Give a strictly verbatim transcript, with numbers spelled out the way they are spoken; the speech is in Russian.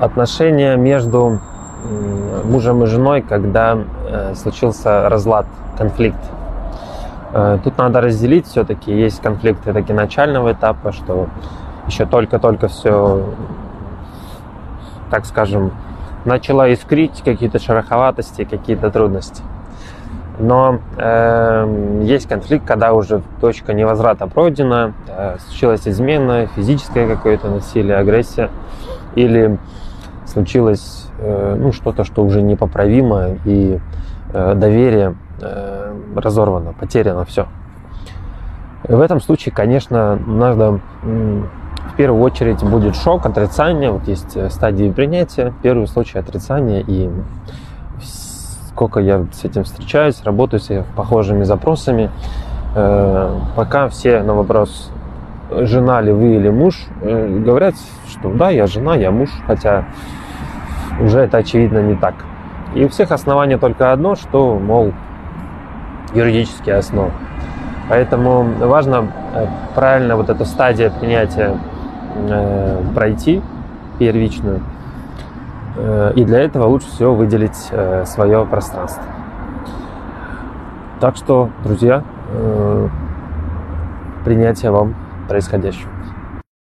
отношения между мужем и женой, когда э, случился разлад, конфликт. Э, тут надо разделить все-таки. Есть конфликты таки начального этапа, что еще только-только все, так скажем, начала искрить, какие-то шероховатости, какие-то трудности. Но э, есть конфликт, когда уже точка невозврата пройдена, э, случилась измена, физическое какое-то насилие, агрессия, или случилось э, ну, что-то, что уже непоправимо, и э, доверие э, разорвано, потеряно все. В этом случае, конечно, надо э, в первую очередь будет шок, отрицание. Вот есть стадии принятия, первый случай отрицания, и сколько я с этим встречаюсь, работаю с похожими запросами, э, пока все на вопрос, жена ли вы или муж, э, говорят, что да, я жена, я муж, хотя уже это очевидно не так. И у всех основание только одно, что, мол, юридические основы. Поэтому важно э, правильно вот эту стадию принятия э, пройти, первичную. И для этого лучше всего выделить э, свое пространство. Так что, друзья, э, принятие вам происходящего.